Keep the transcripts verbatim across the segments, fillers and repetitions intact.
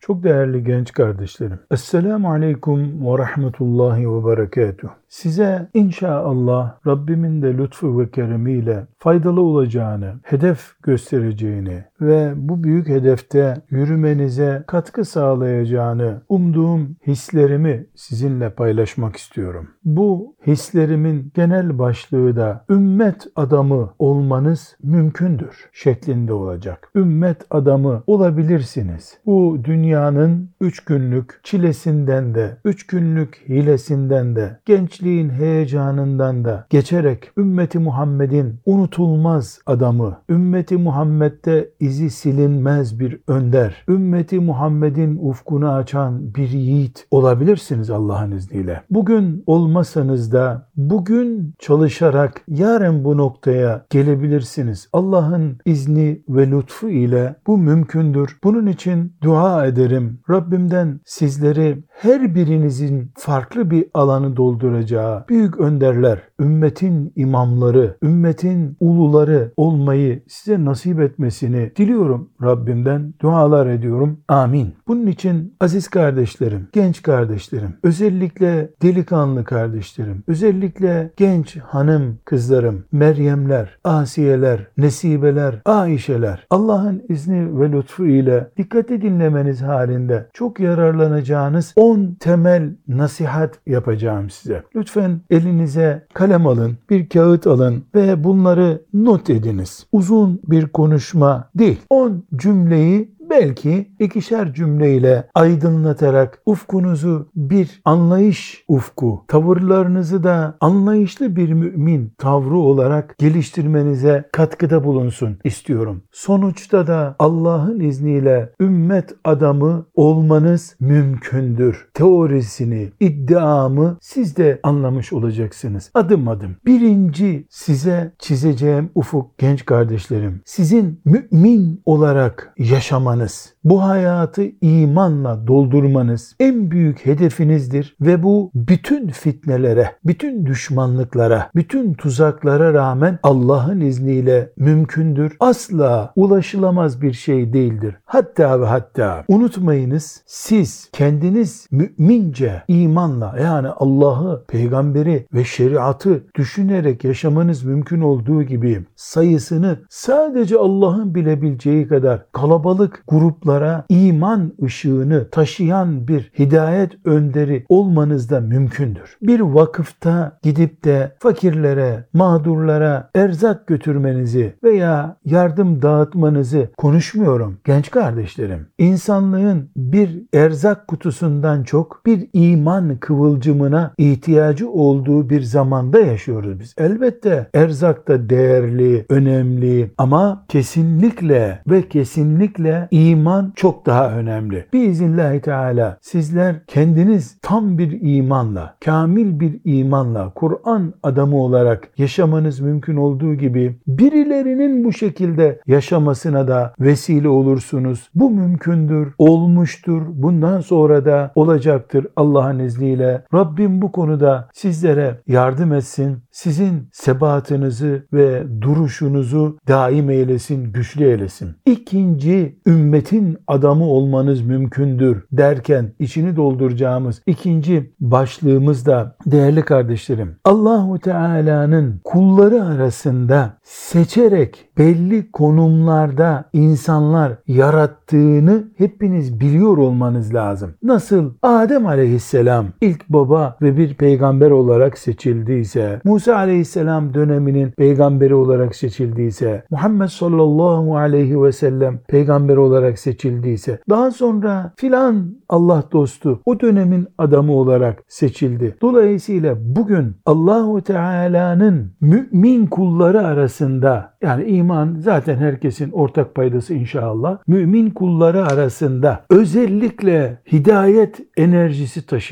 Çok değerli genç kardeşlerim, Esselamu Aleyküm ve Rahmetullahi ve Berekatuhu. Size inşallah Rabbimin de lütfu ve keremiyle faydalı olacağını, hedef göstereceğini ve bu büyük hedefte yürümenize katkı sağlayacağını umduğum hislerimi sizinle paylaşmak istiyorum. Bu hislerimin genel başlığı da ümmet adamı olmanız mümkündür şeklinde olacak. Ümmet adamı olabilirsiniz. Bu dünyanın üç günlük çilesinden de, üç günlük hilesinden de, gençliğin heyecanından da geçerek ümmeti Muhammed'in unutulmaz adamı, ümmeti Muhammed'de izi silinmez bir önder, ümmeti Muhammed'in ufkunu açan bir yiğit olabilirsiniz Allah'ın izniyle. Bugün olmasanız da bugün çalışarak yarın bu noktaya gelebilirsiniz. Allah'ın izni ve lütfu ile bu mümkündür. Bunun için dua ederim. Rabbimden sizleri her birinizin farklı bir alanı dolduracağı büyük önderler, ümmetin imamları, ümmetin uluları olmayı size nasip etmesini diliyorum Rabbimden. Dualar ediyorum. Amin. Bunun için aziz kardeşlerim, genç kardeşlerim, özellikle delikanlı kardeşlerim, özellikle genç hanım kızlarım, Meryemler, Asiyeler, Nesibeler, Aişeler, Allah'ın izni ve lütfu ile dikkatli dinlemeniz halinde çok yararlanacağınız on temel nasihat yapacağım size. Lütfen elinize kalem alın, bir kağıt alın ve bunları not ediniz. Uzun bir konuşma değil. on cümleyi belki ikişer cümleyle aydınlatarak ufkunuzu bir anlayış ufku, tavırlarınızı da anlayışlı bir mümin tavrı olarak geliştirmenize katkıda bulunsun istiyorum. Sonuçta da Allah'ın izniyle ümmet adamı olmanız mümkündür. Teorisini, iddiamı siz de anlamış olacaksınız. Adım adım. Birinci size çizeceğim ufuk genç kardeşlerim, sizin mümin olarak yaşamanız, bu hayatı imanla doldurmanız en büyük hedefinizdir ve bu bütün fitnelere, bütün düşmanlıklara, bütün tuzaklara rağmen Allah'ın izniyle mümkündür. Asla ulaşılamaz bir şey değildir. Hatta ve hatta unutmayınız, siz kendiniz mümince, imanla, yani Allah'ı, peygamberi ve şeriatı düşünerek yaşamanız mümkün olduğu gibi sayısını sadece Allah'ın bilebileceği kadar kalabalık gruplara iman ışığını taşıyan bir hidayet önderi olmanız da mümkündür. Bir vakıfta gidip de fakirlere, mağdurlara erzak götürmenizi veya yardım dağıtmanızı konuşmuyorum genç kardeşlerim. İnsanlığın bir erzak kutusundan çok bir iman kıvılcımına ihtiyacı olduğu bir zamanda yaşıyoruz biz. Elbette erzak da değerli, önemli ama kesinlikle ve kesinlikle İman çok daha önemli. Biiznillahü Teala sizler kendiniz tam bir imanla, kamil bir imanla, Kur'an adamı olarak yaşamanız mümkün olduğu gibi birilerinin bu şekilde yaşamasına da vesile olursunuz. Bu mümkündür, olmuştur, bundan sonra da olacaktır Allah'ın izniyle. Rabbim bu konuda sizlere yardım etsin, sizin sebatınızı ve duruşunuzu daim eylesin, güçlü eylesin. İkinci, ümmetin adamı olmanız mümkündür derken içini dolduracağımız ikinci başlığımız da değerli kardeşlerim, Allahu Teala'nın kulları arasında seçerek belli konumlarda insanlar yarattığını hepiniz biliyor olmanız lazım. Nasıl Adem Aleyhisselam ilk baba ve bir peygamber olarak seçildiyse, Musa Aleyhisselam döneminin peygamberi olarak seçildiyse, Muhammed sallallahu aleyhi ve sellem peygamber olarak seçildiyse, daha sonra filan Allah dostu o dönemin adamı olarak seçildi. Dolayısıyla bugün Allahu Teala'nın mümin kulları arasında, yani iman zaten herkesin ortak paydası inşallah, mümin kulları arasında özellikle hidayet enerjisi taşıyan,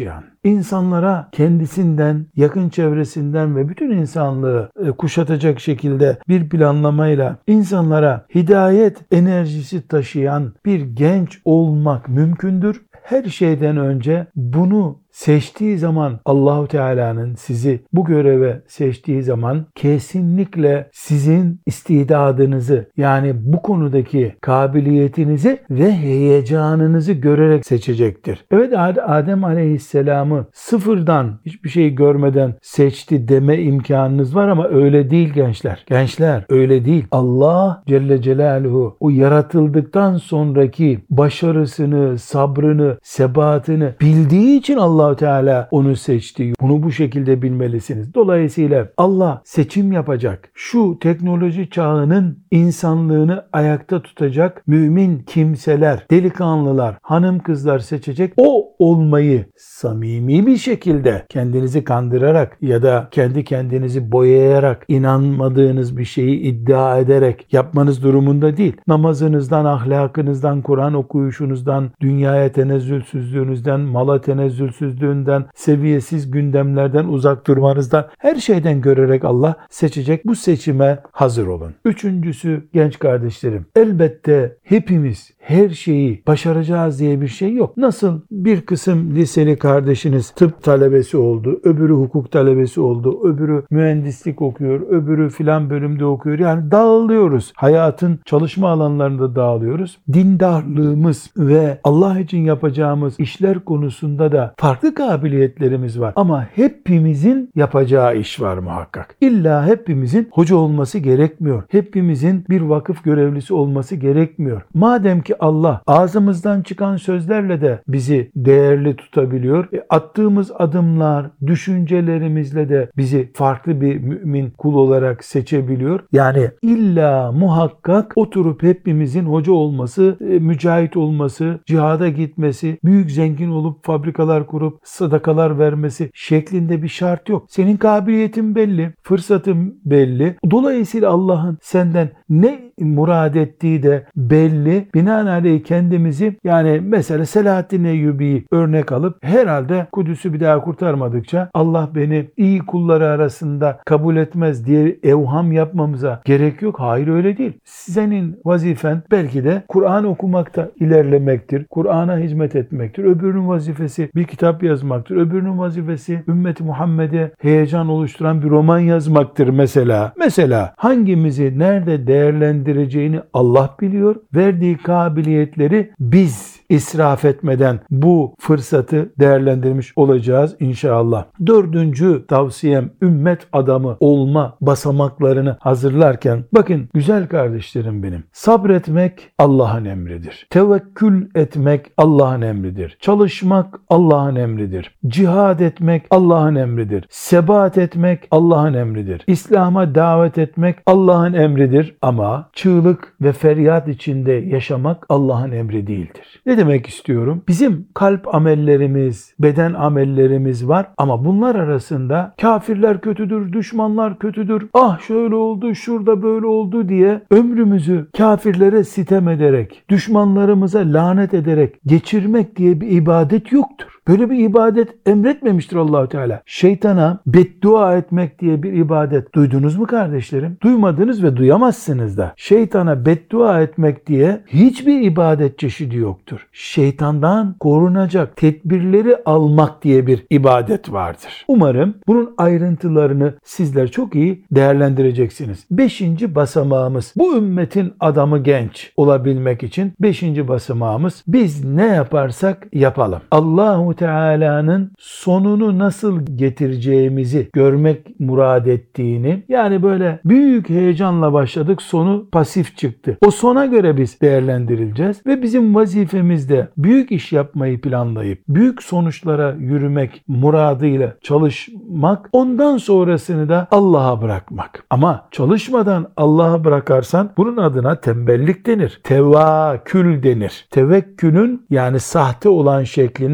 insanlara kendisinden, yakın çevresinden ve bütün insanlığı kuşatacak şekilde bir planlamayla insanlara hidayet enerjisi taşıyan bir genç olmak mümkündür. Her şeyden önce bunu seçtiği zaman, Allahu Teala'nın sizi bu göreve seçtiği zaman kesinlikle sizin istidadınızı, yani bu konudaki kabiliyetinizi ve heyecanınızı görerek seçecektir. Evet, Adem Aleyhisselam'ı sıfırdan, hiçbir şey görmeden seçti deme imkanınız var ama öyle değil gençler. Gençler öyle değil. Allah Celle Celaluhu o yaratıldıktan sonraki başarısını, sabrını, sebatını bildiği için Allah Allah Teala onu seçti. Bunu bu şekilde bilmelisiniz. Dolayısıyla Allah seçim yapacak. Şu teknoloji çağının insanlığını ayakta tutacak mümin kimseler, delikanlılar, hanım kızlar seçecek. O olmayı samimi bir şekilde kendinizi kandırarak ya da kendi kendinizi boyayarak, inanmadığınız bir şeyi iddia ederek yapmanız durumunda değil. Namazınızdan, ahlakınızdan, Kur'an okuyuşunuzdan, dünyaya tenezzülsüzlüğünüzden, mala tenezzülsüzlüğünden, seviyesiz gündemlerden uzak durmanızdan, her şeyden görerek Allah seçecek. Bu seçime hazır olun. Üçüncüsü genç kardeşlerim, elbette hepimiz her şeyi başaracağız diye bir şey yok. Nasıl bir kısım liseli kardeşiniz tıp talebesi oldu, öbürü hukuk talebesi oldu, öbürü mühendislik okuyor, öbürü filan bölümde okuyor. Yani dağılıyoruz. Hayatın çalışma alanlarında dağılıyoruz. Dindarlığımız ve Allah için yapacağımız işler konusunda da farklı kabiliyetlerimiz var. Ama hepimizin yapacağı iş var muhakkak. İlla hepimizin hoca olması gerekmiyor. Hepimizin bir vakıf görevlisi olması gerekmiyor. Madem ki Allah ağzımızdan çıkan sözlerle de bizi değerli tutabiliyor, e, attığımız adımlar, düşüncelerimizle de bizi farklı bir mümin kul olarak seçebiliyor. Yani illa muhakkak oturup hepimizin hoca olması, e, mücahit olması, cihada gitmesi, büyük zengin olup fabrikalar kurup sadakalar vermesi şeklinde bir şart yok. Senin kabiliyetin belli, fırsatın belli. Dolayısıyla Allah'ın senden ne murad ettiği de belli. Binaenaleyh kendimizi, yani mesela Selahaddin Eyyubi'yi örnek alıp herhalde Kudüs'ü bir daha kurtarmadıkça Allah beni iyi kulları arasında kabul etmez diye evham yapmamıza gerek yok. Hayır, öyle değil. Senin vazifen belki de Kur'an okumakta ilerlemektir. Kur'an'a hizmet etmektir. Öbürünün vazifesi bir kitap yazmaktır. Öbürünün vazifesi ümmeti Muhammed'e heyecan oluşturan bir roman yazmaktır mesela. Mesela hangimizi nerede değerlendireceğini Allah biliyor. Verdiği kabiliyetleri biz israf etmeden bu fırsatı değerlendirmiş olacağız inşallah. Dördüncü tavsiyem, ümmet adamı olma basamaklarını hazırlarken, bakın güzel kardeşlerim benim, sabretmek Allah'ın emridir. Tevekkül etmek Allah'ın emridir. Çalışmak Allah'ın emridir. Cihad etmek Allah'ın emridir. Sebat etmek Allah'ın emridir. İslam'a davet etmek Allah'ın emridir. Ama çığlık ve feryat içinde yaşamak Allah'ın emri değildir. Ne demek istiyorum? Bizim kalp amellerimiz, beden amellerimiz var ama bunlar arasında kafirler kötüdür, düşmanlar kötüdür, ah şöyle oldu, şurada böyle oldu diye ömrümüzü kafirlere sitem ederek, düşmanlarımıza lanet ederek geçirmek diye bir ibadet yoktur. Böyle bir ibadet emretmemiştir Allah-u Teala. Şeytana beddua etmek diye bir ibadet duydunuz mu kardeşlerim? Duymadınız ve duyamazsınız da. Şeytana beddua etmek diye hiçbir ibadet çeşidi yoktur. Şeytandan korunacak tedbirleri almak diye bir ibadet vardır. Umarım bunun ayrıntılarını sizler çok iyi değerlendireceksiniz. Beşinci basamağımız, bu ümmetin adamı genç olabilmek için beşinci basamağımız, biz ne yaparsak yapalım. Allah-u Teala'nın sonunu nasıl getireceğimizi görmek murad ettiğini, yani böyle büyük heyecanla başladık, sonu pasif çıktı. O sona göre biz değerlendirileceğiz ve bizim vazifemiz de büyük iş yapmayı planlayıp büyük sonuçlara yürümek muradıyla çalışmak, ondan sonrasını da Allah'a bırakmak. Ama çalışmadan Allah'a bırakarsan bunun adına tembellik denir. Tevakkül denir. Tevekkülün, yani sahte olan şekline tevakkül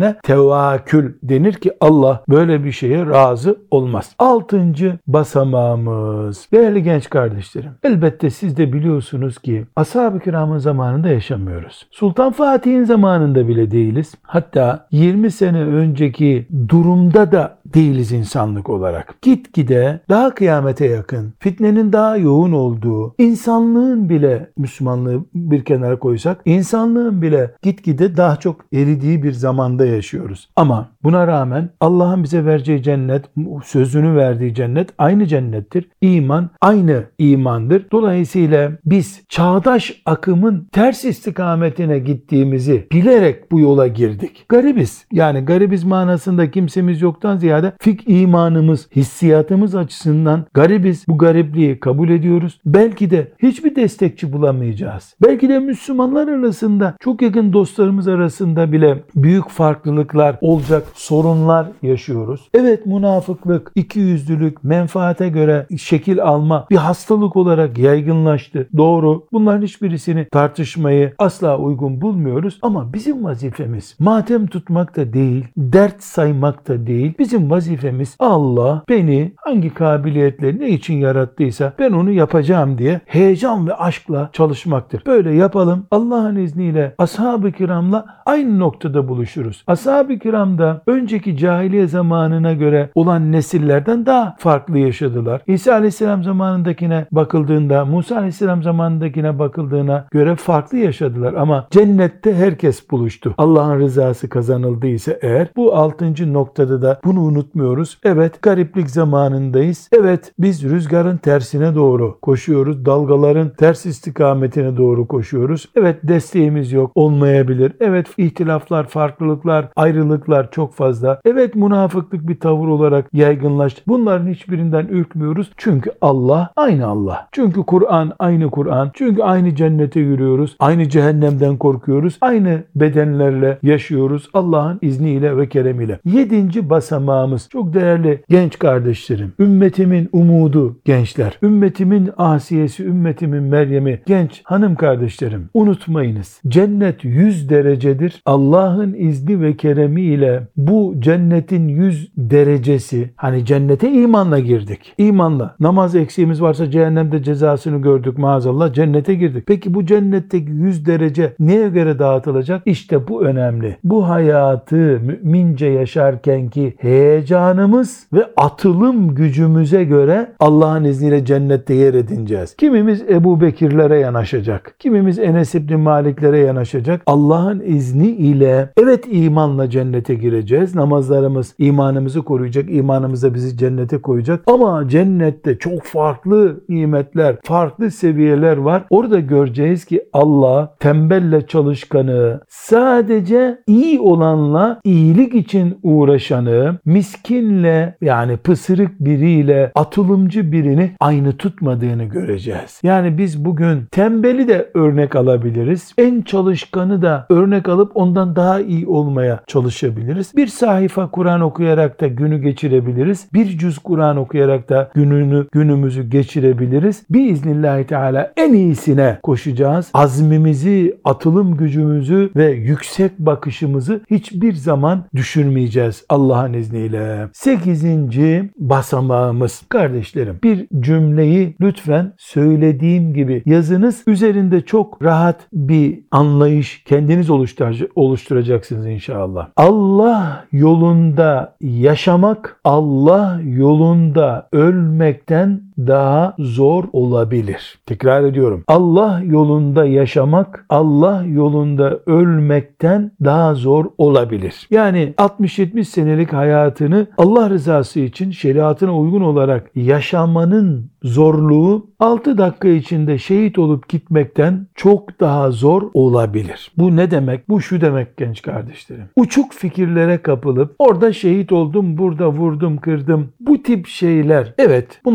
tevakül denir ki Allah böyle bir şeye razı olmaz. Altıncı basamağımız. Değerli genç kardeşlerim, elbette siz de biliyorsunuz ki ashab-ı kiramın zamanında yaşamıyoruz. Sultan Fatih'in zamanında bile değiliz. Hatta yirmi sene önceki durumda da değiliz insanlık olarak. Gitgide daha kıyamete yakın, fitnenin daha yoğun olduğu, insanlığın bile, Müslümanlığı bir kenara koysak, insanlığın bile gitgide daha çok eridiği bir zamanda yaşıyoruz. Ama buna rağmen Allah'ın bize vereceği cennet, sözünü verdiği cennet aynı cennettir. İman aynı imandır. Dolayısıyla biz çağdaş akımın ters istikametine gittiğimizi bilerek bu yola girdik. Garibiz. Yani garibiz manasında kimsemiz yoktan ziyade fik imanımız, hissiyatımız açısından garibiz. Bu garipliği kabul ediyoruz. Belki de hiçbir destekçi bulamayacağız. Belki de Müslümanlar arasında, çok yakın dostlarımız arasında bile büyük farklılıklar olacak, sorunlar yaşıyoruz. Evet, münafıklık, ikiyüzlülük, menfaate göre şekil alma bir hastalık olarak yaygınlaştı. Doğru. Bunların hiçbirisini tartışmayı asla uygun bulmuyoruz. Ama bizim vazifemiz matem tutmak da değil, dert saymak da değil. Bizim vazifemiz Allah beni hangi kabiliyetle ne için yarattıysa ben onu yapacağım diye heyecan ve aşkla çalışmaktır. Böyle yapalım. Allah'ın izniyle ashab-ı kiramla aynı noktada buluşuruz. Ashab-ı kiram da önceki cahiliye zamanına göre olan nesillerden daha farklı yaşadılar. İsa Aleyhisselam zamanındakine bakıldığında, Musa Aleyhisselam zamanındakine bakıldığına göre farklı yaşadılar. Ama cennette herkes buluştu. Allah'ın rızası kazanıldıysa eğer, bu altıncı noktada da bunu unutmuyoruz. Evet, gariplik zamanındayız. Evet, biz rüzgarın tersine doğru koşuyoruz. Dalgaların ters istikametine doğru koşuyoruz. Evet, desteğimiz yok, olmayabilir. Evet, ihtilaflar, farklılıklar, ayrılıklar çok fazla. Evet, münafıklık bir tavır olarak yaygınlaştı. Bunların hiçbirinden ürkmüyoruz. Çünkü Allah aynı Allah. Çünkü Kur'an aynı Kur'an. Çünkü aynı cennete yürüyoruz. Aynı cehennemden korkuyoruz. Aynı bedenlerle yaşıyoruz. Allah'ın izniyle ve keremiyle. Yedinci basamağımız. Çok değerli genç kardeşlerim. Ümmetimin umudu gençler. Ümmetimin Asiyesi, ümmetimin Meryem'i genç hanım kardeşlerim. Unutmayınız. Cennet yüz derecedir. Allah'ın izni ve keremiyle bu cennetin yüz derecesi, hani cennete imanla girdik. İmanla. Namaz eksiğimiz varsa cehennemde cezasını gördük maazallah. Cennete girdik. Peki bu cennetteki yüz derece neye göre dağıtılacak? İşte bu önemli. Bu hayatı mümince yaşarkenki heyecanımız ve atılım gücümüze göre Allah'ın izniyle cennette yer edineceğiz. Kimimiz Ebu Bekirlere yanaşacak. Kimimiz Enes İbni Maliklere yanaşacak. Allah'ın izni ile evet imanla cennete gireceğiz. Namazlarımız imanımızı koruyacak. İmanımız da bizi cennete koyacak. Ama cennette çok farklı nimetler, farklı seviyeler var. Orada göreceğiz ki Allah tembelle çalışkanı, sadece iyi olanla iyilik için uğraşanı, miskinle yani pısırık biriyle atılımcı birini aynı tutmadığını göreceğiz. Yani biz bugün tembeli de örnek alabiliriz. En çalışkanı da örnek alıp ondan daha iyi olmaya çalışabiliriz. Bir sayfa Kur'an okuyarak da günü geçirebiliriz. Bir cüz Kur'an okuyarak da gününü, günümüzü geçirebiliriz. Biiznillahü Teala en iyisine koşacağız. Azmimizi, atılım gücümüzü ve yüksek bakışımızı hiçbir zaman düşürmeyeceğiz Allah'ın izniyle. Sekizinci basamağımız. Kardeşlerim, bir cümleyi lütfen söylediğim gibi yazınız. Üzerinde çok rahat bir anlayış kendiniz oluşturacaksınız inşallah. Allah yolunda yaşamak, Allah yolunda ölmekten daha zor olabilir. Tekrar ediyorum. Allah yolunda yaşamak, Allah yolunda ölmekten daha zor olabilir. Yani altmış yetmiş senelik hayatını Allah rızası için şeriatına uygun olarak yaşamanın zorluğu altı dakika içinde şehit olup gitmekten çok daha zor olabilir. Bu ne demek? Bu şu demek genç kardeşlerim. Uçuk fikirlere kapılıp orada şehit oldum, burada vurdum, kırdım. Bu tip şeyler, evet, bunların da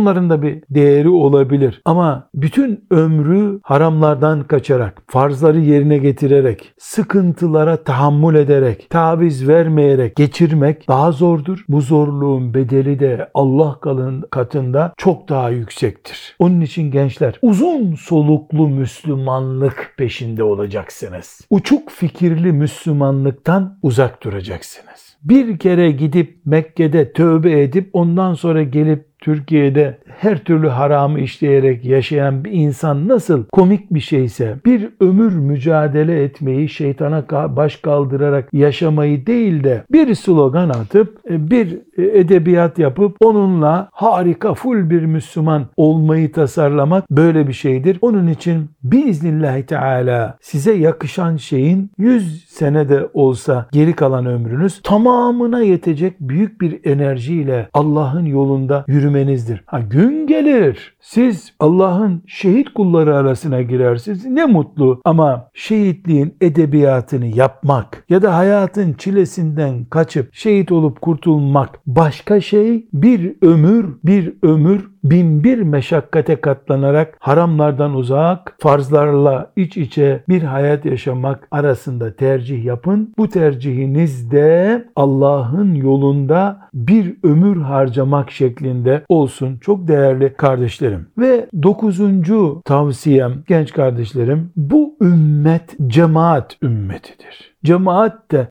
tabii değeri olabilir. Ama bütün ömrü haramlardan kaçarak, farzları yerine getirerek, sıkıntılara tahammül ederek, taviz vermeyerek geçirmek daha zordur. Bu zorluğun bedeli de Allah katında çok daha yüksektir. Onun için gençler, uzun soluklu Müslümanlık peşinde olacaksınız. Uçuk fikirli Müslümanlıktan uzak duracaksınız. Bir kere gidip Mekke'de tövbe edip ondan sonra gelip Türkiye'de her türlü haramı işleyerek yaşayan bir insan nasıl komik bir şeyse, bir ömür mücadele etmeyi, şeytana baş kaldırarak yaşamayı değil de bir slogan atıp, bir edebiyat yapıp onunla harika, full bir Müslüman olmayı tasarlamak böyle bir şeydir. Onun için biiznillahü teala size yakışan şeyin yüz senede olsa geri kalan ömrünüz tamamına yetecek büyük bir enerjiyle Allah'ın yolunda yürümenizdir. Ha, gün gelir siz Allah'ın şehit kulları arasına girersiniz. Ne mutlu, ama şehitliğin edebiyatını yapmak ya da hayatın çilesinden kaçıp şehit olup kurtulmak başka şey. Bir ömür, bir ömür bin bir meşakkate katlanarak haramlardan uzak, farzlarla iç içe bir hayat yaşamak arasında tercih yapın. Bu tercihinizde Allah'ın yolunda bir ömür harcamak şeklinde olsun. Çok değerli kardeşlerim. Ve dokuzuncu tavsiyem genç kardeşlerim, bu ümmet cemaat ümmetidir. Cemaat de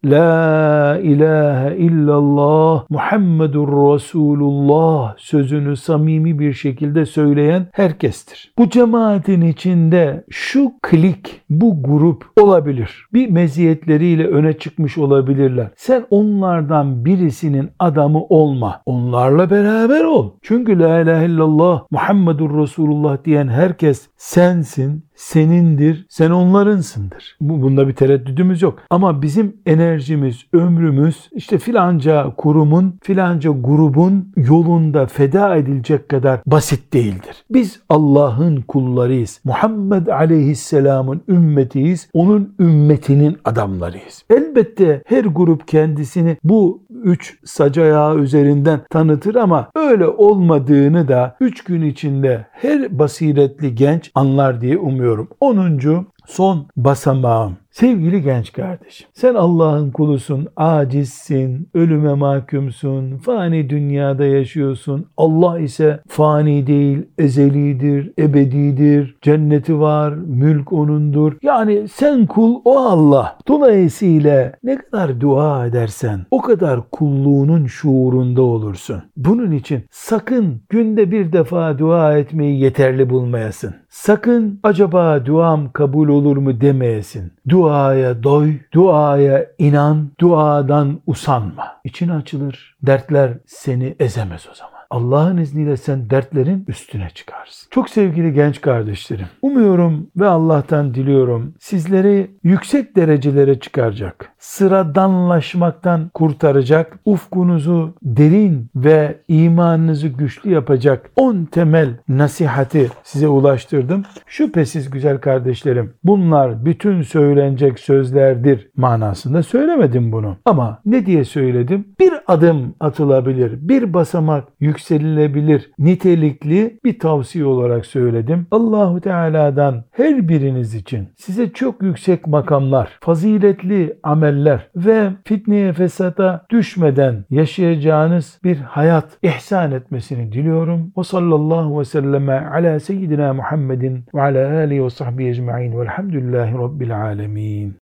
la ilahe illallah Muhammedur Resulullah sözünü samimi bir şekilde söyleyen herkestir. Bu cemaatin içinde şu klik, bu grup olabilir. Bir meziyetleriyle öne çıkmış olabilirler. Sen onlardan birisinin adamı olma. Onlarla beraber ol. Çünkü la ilahe illallah Muhammedur Resulullah diyen herkes sensin, senindir, sen onlarınsındır. Bunda bir tereddüdümüz yok. Ama bizim enerjimiz, ömrümüz işte filanca kurumun, filanca grubun yolunda feda edilecek kadar basit değildir. Biz Allah'ın kullarıyız. Muhammed Aleyhisselam'ın ümmetiyiz. Onun ümmetinin adamlarıyız. Elbette her grup kendisini bu üç sac ayağı üzerinden tanıtır ama öyle olmadığını da üç gün içinde her basiretli genç anlar diye umuyorum. onuncu son basamağım. Sevgili genç kardeşim, sen Allah'ın kulusun, acizsin, ölüme mahkumsun, fani dünyada yaşıyorsun. Allah ise fani değil, ezelidir, ebedidir, cenneti var, mülk O'nundur. Yani sen kul, o Allah. Dolayısıyla ne kadar dua edersen o kadar kulluğunun şuurunda olursun. Bunun için sakın günde bir defa dua etmeyi yeterli bulmayasın. Sakın acaba duam kabul olur mu demeyesin. Duaya doy, duaya inan, duadan usanma. İçin açılır, dertler seni ezemez o zaman. Allah'ın izniyle sen dertlerin üstüne çıkarsın. Çok sevgili genç kardeşlerim, umuyorum ve Allah'tan diliyorum sizleri yüksek derecelere çıkaracak, sıradanlaşmaktan kurtaracak, ufkunuzu derin ve imanınızı güçlü yapacak on temel nasihati size ulaştırdım. Şüphesiz güzel kardeşlerim, bunlar bütün söylenecek sözlerdir manasında söylemedim bunu. Ama ne diye söyledim? Bir adım atılabilir, bir basamak yükselilebilir nitelikli bir tavsiye olarak söyledim. Allahu Teala'dan her biriniz için size çok yüksek makamlar, faziletli ameller ve fitneye fesata düşmeden yaşayacağınız bir hayat ihsan etmesini diliyorum. Ve sallallahu ve selleme ala seyyidina Muhammedin ve ala alihi ve sahbihi ecma'in velhamdülillahi rabbil alemin.